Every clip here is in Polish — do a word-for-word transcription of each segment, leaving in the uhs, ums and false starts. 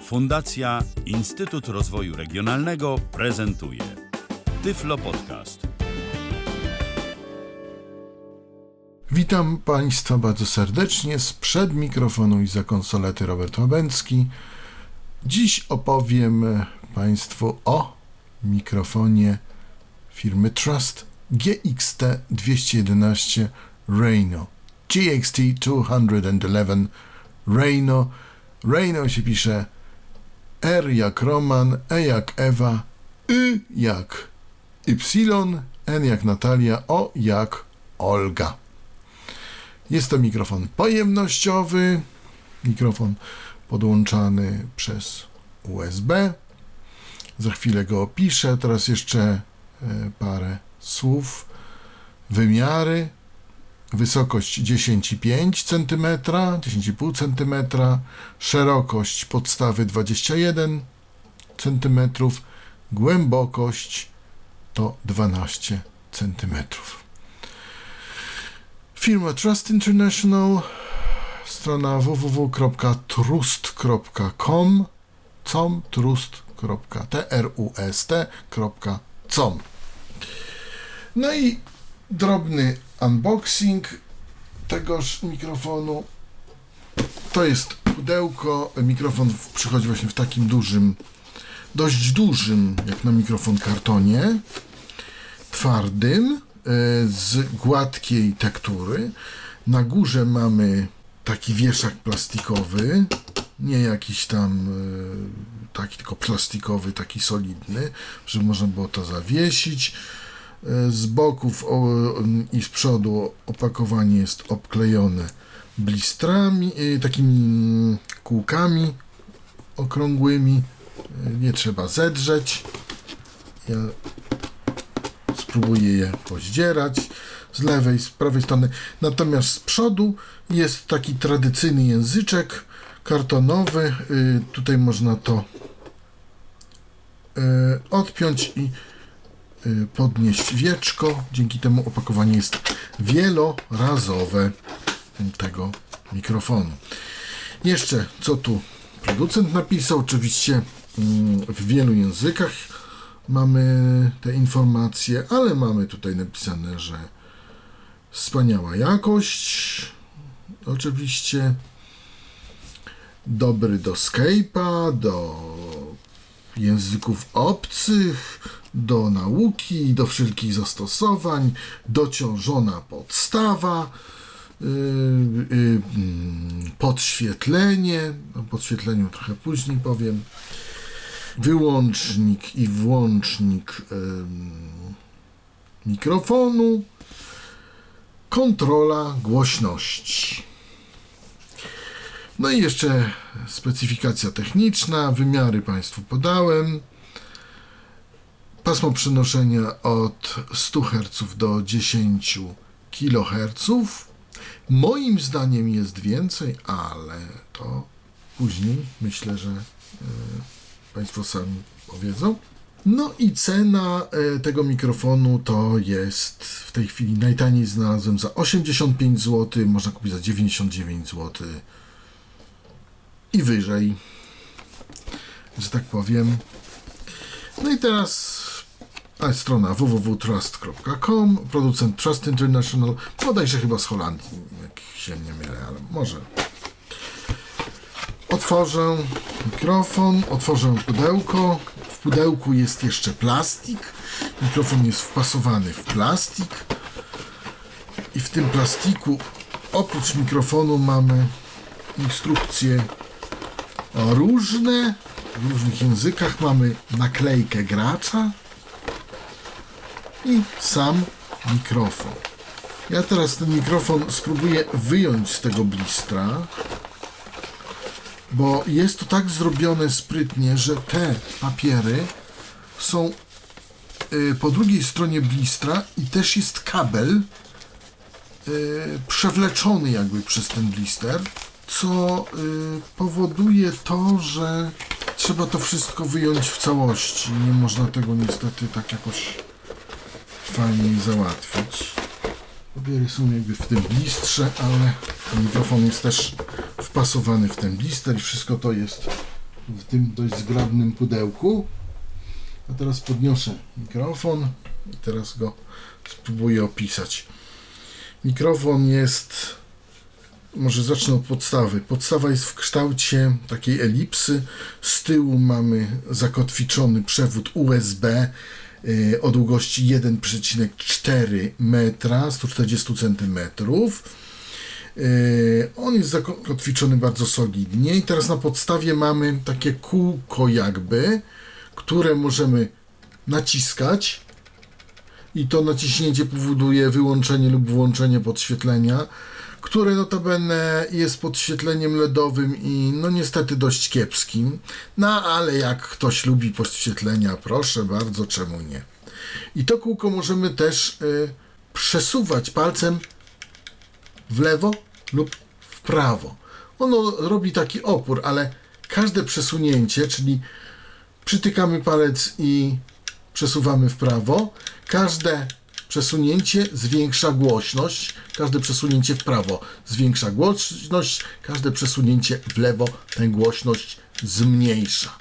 Fundacja Instytut Rozwoju Regionalnego prezentuje Tyflo Podcast. Witam Państwa bardzo serdecznie sprzed mikrofonu i za konsolety Robert Łabęcki. Dziś opowiem Państwu o mikrofonie firmy Trust G X T dwieście jedenaście Rhino. G X T dwieście jedenaście Rhino. Rhino się pisze R jak Roman, E jak Ewa, Y jak Y, N jak Natalia, O jak Olga. Jest to mikrofon pojemnościowy, mikrofon podłączany przez U S B. Za chwilę go opiszę. Teraz jeszcze parę słów. Wymiary. Wysokość dziesięć i pięć centymetrów, dziesięć i pół centymetra, szerokość podstawy dwadzieścia jeden centymetrów, głębokość to dwanaście centymetrów. Firma Trust International, strona w w w kropka trust kropka com, com, trust kropka com. No i drobny unboxing tegoż mikrofonu. To jest pudełko. Mikrofon przychodzi właśnie w takim dużym, dość dużym, jak na mikrofon, kartonie twardym, z gładkiej tektury. Na górze mamy taki wieszak plastikowy, nie jakiś tam taki, tylko plastikowy, taki solidny, żeby można było to zawiesić. Z boków i z przodu opakowanie jest obklejone blistrami, takimi kółkami okrągłymi. Nie trzeba zedrzeć. Ja spróbuję je pozdzierać z lewej, z prawej strony. Natomiast z przodu jest taki tradycyjny języczek kartonowy. Tutaj można to odpiąć i podnieść wieczko. Dzięki temu opakowanie jest wielorazowe tego mikrofonu. Jeszcze co tu producent napisał? Oczywiście w wielu językach mamy te informacje, ale mamy tutaj napisane, że wspaniała jakość, oczywiście dobry do Skype'a, do języków obcych, do nauki, do wszelkich zastosowań, dociążona podstawa, yy, yy, podświetlenie, o podświetleniu trochę później powiem, wyłącznik i włącznik yy, mikrofonu, kontrola głośności. No i jeszcze specyfikacja techniczna, wymiary Państwu podałem. Pasmo przenoszenia od stu herców do dziesięciu kiloherców. Moim zdaniem jest więcej, ale to później myślę, że y, Państwo sami powiedzą. No i cena y, tego mikrofonu to jest w tej chwili najtaniej znalazłem za osiemdziesiąt pięć złotych, można kupić za dziewięćdziesiąt dziewięć złotych i wyżej, że tak powiem. No i teraz a strona w w w kropka trust kropka com, producent Trust International, bodajże chyba z Holandii, jak się nie mylę, ale może. Otworzę mikrofon, otworzę pudełko. W pudełku jest jeszcze plastik. Mikrofon jest wpasowany w plastik. I w tym plastiku oprócz mikrofonu mamy instrukcje różne. W różnych językach mamy naklejkę gracza i sam mikrofon. Ja teraz ten mikrofon spróbuję wyjąć z tego blistra, bo jest to tak zrobione sprytnie, że te papiery są y, po drugiej stronie blistra i też jest kabel y, przewleczony jakby przez ten blister, co y, powoduje to, że trzeba to wszystko wyjąć w całości. Nie można tego niestety tak jakoś fajnie załatwić. Papiery są jakby w tym blistrze, ale mikrofon jest też wpasowany w ten blister i wszystko to jest w tym dość zgrabnym pudełku. A teraz podniosę mikrofon i teraz go spróbuję opisać. Mikrofon jest, może zacznę od podstawy. Podstawa jest w kształcie takiej elipsy. Z tyłu mamy zakotwiczony przewód U S B yy, o długości jeden przecinek cztery metra, sto czterdzieści centymetrów. Yy, on jest zakotwiczony bardzo solidnie i teraz na podstawie mamy takie kółko jakby, które możemy naciskać i to naciśnięcie powoduje wyłączenie lub włączenie podświetlenia, które notabene jest podświetleniem LEDowym i no niestety dość kiepskim, no ale jak ktoś lubi podświetlenia, proszę bardzo, czemu nie. I to kółko możemy też y, przesuwać palcem w lewo lub w prawo. Ono robi taki opór, ale każde przesunięcie, czyli przytykamy palec i przesuwamy w prawo, każde przesunięcie zwiększa głośność, każde przesunięcie w prawo zwiększa głośność, każde przesunięcie w lewo tę głośność zmniejsza.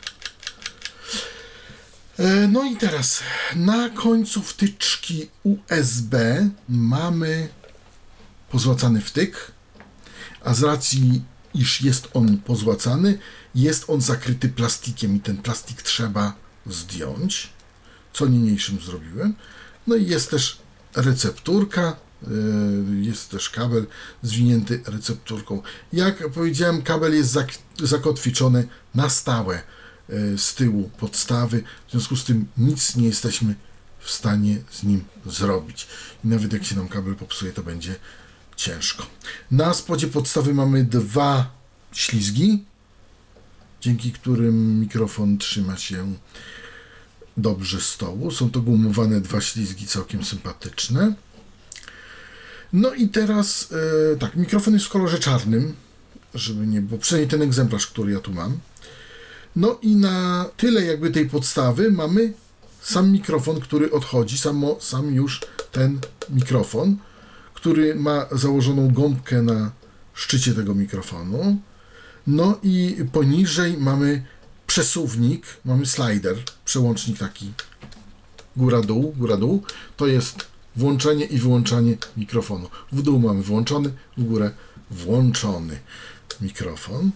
No i teraz na końcu wtyczki U S B mamy pozłacany wtyk, a z racji iż jest on pozłacany, jest on zakryty plastikiem i ten plastik trzeba zdjąć, co niniejszym zrobiłem. No i jest też recepturka, jest też kabel zwinięty recepturką. Jak powiedziałem, kabel jest zakotwiczony na stałe z tyłu podstawy, w związku z tym nic nie jesteśmy w stanie z nim zrobić. I nawet jak się nam kabel popsuje, to będzie ciężko. Na spodzie podstawy mamy dwa ślizgi, dzięki którym mikrofon trzyma się dobrze stołu. Są to gumowane dwa ślizgi całkiem sympatyczne. No i teraz e, tak, mikrofon jest w kolorze czarnym, żeby nie było, przynajmniej ten egzemplarz, który ja tu mam. No i na tyle jakby tej podstawy mamy sam mikrofon, który odchodzi, samo, sam już ten mikrofon, który ma założoną gąbkę na szczycie tego mikrofonu. No i poniżej mamy przesuwnik, mamy slider, przełącznik taki góra-dół, góra-dół. To jest włączenie i wyłączanie mikrofonu. W dół mamy włączony, w górę włączony mikrofon.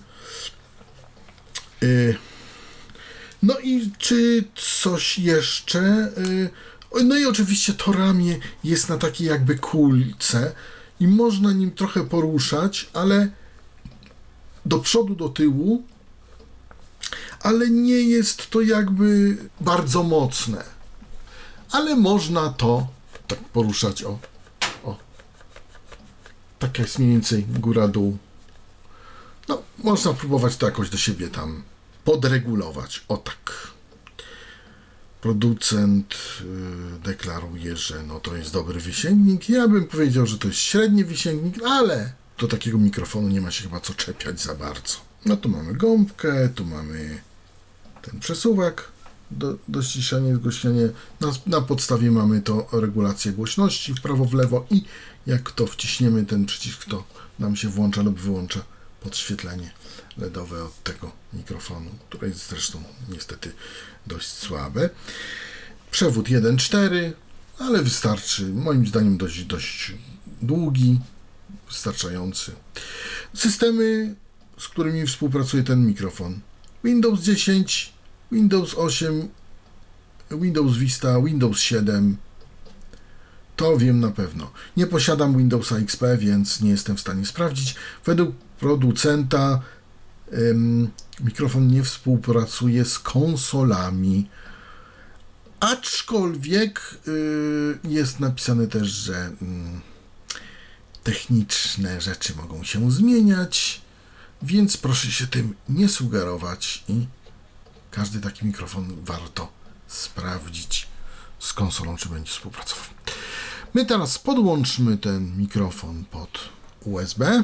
No i czy coś jeszcze? No i oczywiście to ramię jest na takiej jakby kulce i można nim trochę poruszać, ale do przodu, do tyłu, ale nie jest to jakby bardzo mocne. Ale można to tak poruszać, o, o. Tak jest mniej więcej góra-dół. No, można próbować to jakoś do siebie tam podregulować, o tak. Producent yy, deklaruje, że no to jest dobry wysięgnik. Ja bym powiedział, że to jest średni wysięgnik, ale do takiego mikrofonu nie ma się chyba co czepiać za bardzo. No tu mamy gąbkę, tu mamy ten przesuwak do, do ściszania i zgłośniania. Na, na podstawie mamy to regulację głośności w prawo, w lewo i jak to wciśniemy ten przycisk, to nam się włącza lub wyłącza podświetlenie LEDowe od tego mikrofonu, które jest zresztą niestety dość słabe. Przewód jeden cztery, ale wystarczy, moim zdaniem dość, dość długi, wystarczający. Systemy, z którymi współpracuje ten mikrofon: Windows dziesięć, Windows osiem, Windows Vista, Windows siedem. To wiem na pewno. Nie posiadam Windowsa X P, więc nie jestem w stanie sprawdzić. Według producenta ym, mikrofon nie współpracuje z konsolami. Aczkolwiek yy, jest napisane też, że yy, techniczne rzeczy mogą się zmieniać, więc proszę się tym nie sugerować i każdy taki mikrofon warto sprawdzić z konsolą, czy będzie współpracował. My teraz podłączmy ten mikrofon pod U S B.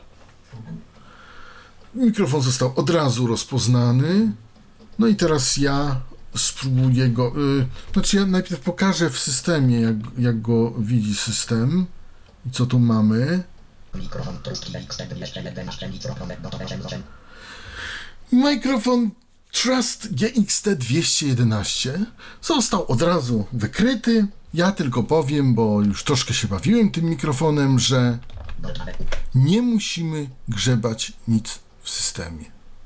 Mikrofon został od razu rozpoznany. No i teraz ja spróbuję go... Yy, znaczy ja najpierw pokażę w systemie, jak, jak go widzi system i co tu Mikrofon Trust G X T dwieście jedenaście został od razu wykryty. Ja tylko powiem, bo już troszkę się bawiłem tym mikrofonem, że nie musimy grzebać nic w systemie.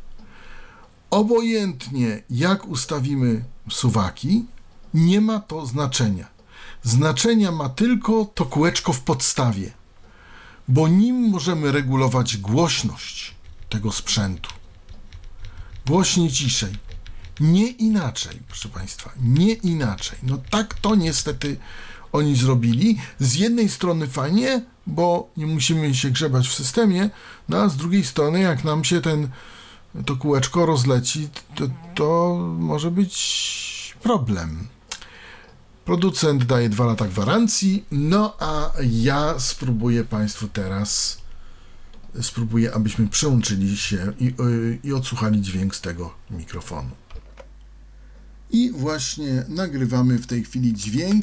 Obojętnie jak ustawimy suwaki, nie ma to znaczenia. Znaczenia ma tylko to kółeczko w podstawie, bo nim możemy regulować głośność tego sprzętu. Głośniej, ciszej. Nie inaczej, proszę Państwa, nie inaczej. No tak to niestety oni zrobili. Z jednej strony fajnie, bo nie musimy się grzebać w systemie, no a z drugiej strony jak nam się ten, to kółeczko rozleci, to, to może być problem. Producent daje dwa lata gwarancji, no a ja spróbuję Państwu teraz, spróbuję, abyśmy przełączyli się i, i odsłuchali dźwięk z tego mikrofonu. I właśnie nagrywamy w tej chwili dźwięk.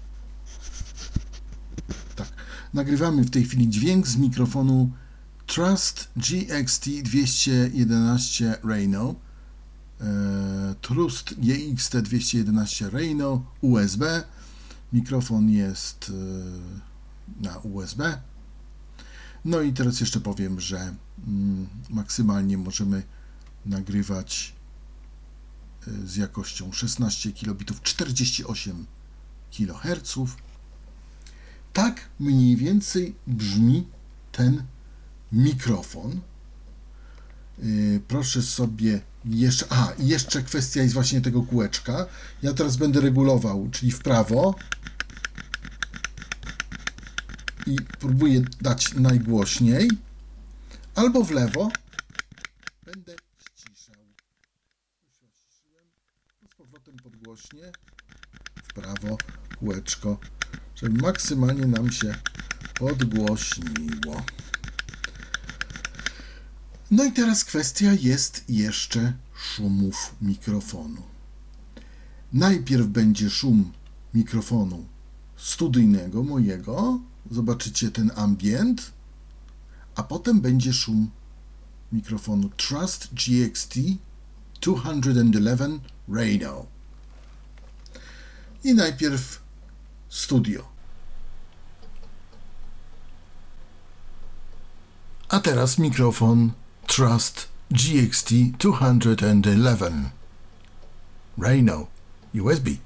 Tak, nagrywamy w tej chwili dźwięk z mikrofonu Trust G X T dwieście jedenaście Reno. E, Trust G X T dwieście jedenaście Reno U S B. Mikrofon jest e, na U S B. No i teraz jeszcze powiem, że mm, maksymalnie możemy nagrywać z jakością szesnaście kilobitów, czterdzieści osiem kiloherców. Tak mniej więcej brzmi ten mikrofon. Yy, proszę sobie jeszcze... A, jeszcze kwestia jest właśnie tego kółeczka. Ja teraz będę regulował, czyli w prawo. I próbuję dać najgłośniej. Albo w lewo. Będę ściszał. Z powrotem podgłośnie. W prawo kółeczko, żeby maksymalnie nam się podgłośniło. No i teraz kwestia jest jeszcze szumów mikrofonu. Najpierw będzie szum mikrofonu studyjnego mojego. Zobaczycie ten ambient. A potem będzie szum mikrofonu Trust G X T dwieście jedenaście Reno. I najpierw studio. A teraz mikrofon Trust G X T dwieście jedenaście Reno U S B.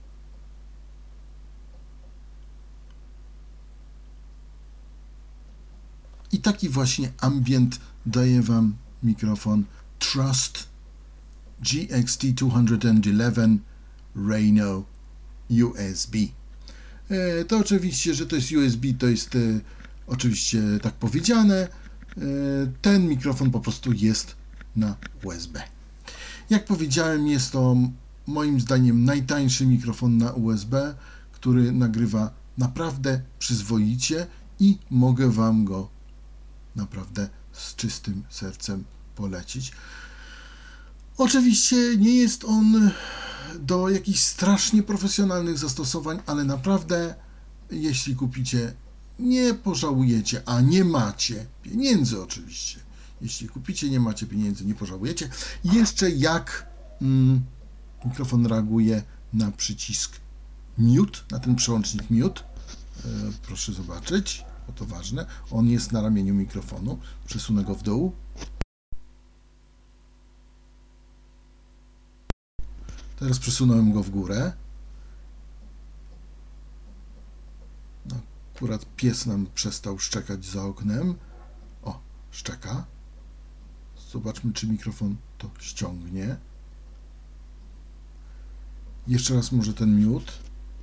I taki właśnie ambient daje Wam mikrofon Trust G X T dwieście jedenaście Reno U S B. E, to oczywiście, że to jest U S B, to jest e, oczywiście tak powiedziane. E, ten mikrofon po prostu jest na U S B. Jak powiedziałem, jest to moim zdaniem najtańszy mikrofon na U S B, który nagrywa naprawdę przyzwoicie i mogę Wam go naprawdę z czystym sercem polecić. Oczywiście nie jest on do jakichś strasznie profesjonalnych zastosowań, ale naprawdę jeśli kupicie, nie pożałujecie, a nie macie pieniędzy oczywiście. Jeśli kupicie, nie macie pieniędzy, nie pożałujecie. Jeszcze jak mm, mikrofon reaguje na przycisk mute, na ten przełącznik mute. E, proszę zobaczyć. Bo to ważne, on jest na ramieniu mikrofonu, przesunę go w dół. Teraz przesunąłem go w górę. No, akurat pies nam przestał szczekać za oknem. O, szczeka. Zobaczmy, czy mikrofon to ściągnie. Jeszcze raz może ten mute.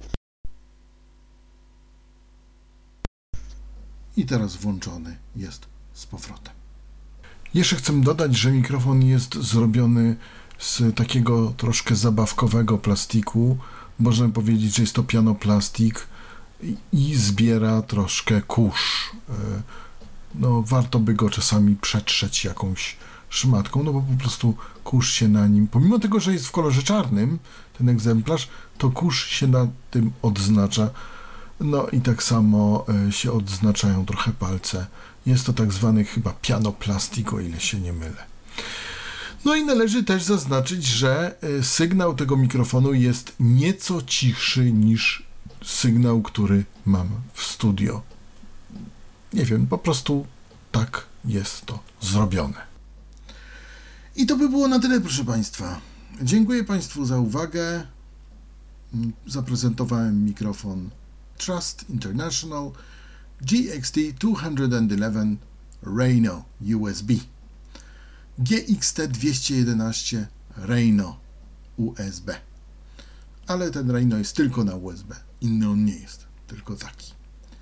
I teraz włączony jest z powrotem. Jeszcze chcę dodać, że mikrofon jest zrobiony z takiego troszkę zabawkowego plastiku. Można powiedzieć, że jest to pianoplastik i zbiera troszkę kurz. No, warto by go czasami przetrzeć jakąś szmatką, no bo po prostu kurz się na nim, pomimo tego, że jest w kolorze czarnym ten egzemplarz, to kurz się na tym odznacza. No i tak samo się odznaczają trochę palce. Jest to tak zwany chyba pianoplastik, o ile się nie mylę. No i należy też zaznaczyć, że sygnał tego mikrofonu jest nieco cichszy niż sygnał, który mam w studio. Nie wiem, po prostu tak jest to zrobione. I to by było na tyle, proszę Państwa. Dziękuję Państwu za uwagę. Zaprezentowałem mikrofon Trust International G X T dwieście jedenaście Rhino U S B. G X T dwieście jedenaście Rhino U S B. Ale ten Rhino jest tylko na U S B. Inny on nie jest, tylko taki.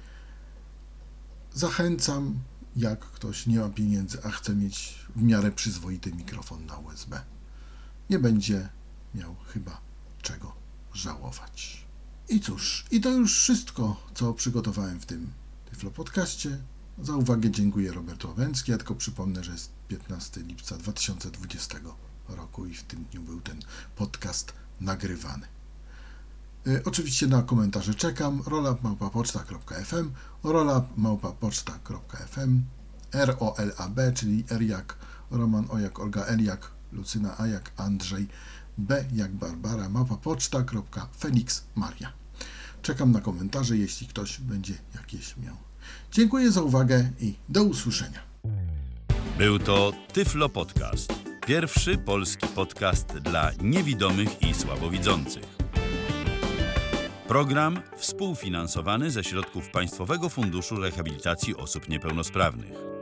Zachęcam, jak ktoś nie ma pieniędzy, a chce mieć w miarę przyzwoity mikrofon na U S B. Nie będzie miał chyba czego żałować. I cóż, i to już wszystko, co przygotowałem w tym Tyflo Podcaście. Za uwagę dziękuję Robert Łabęcki. Ja tylko przypomnę, że jest piętnastego lipca dwa tysiące dwudziestego roku i w tym dniu był ten podcast nagrywany. Y, oczywiście na komentarze czekam. rolap małpa poczta kropka f m, rolap małpa poczta kropka f m, R O L A B, czyli R jak Roman, O jak Olga, L jak Lucyna, A jak Andrzej, B jak Barbara, małpa poczta kropka Felix Maria. Czekam na komentarze, jeśli ktoś będzie jakieś miał. Dziękuję za uwagę i do usłyszenia. Był to Tyflo Podcast. Pierwszy polski podcast dla niewidomych i słabowidzących. Program współfinansowany ze środków Państwowego Funduszu Rehabilitacji Osób Niepełnosprawnych.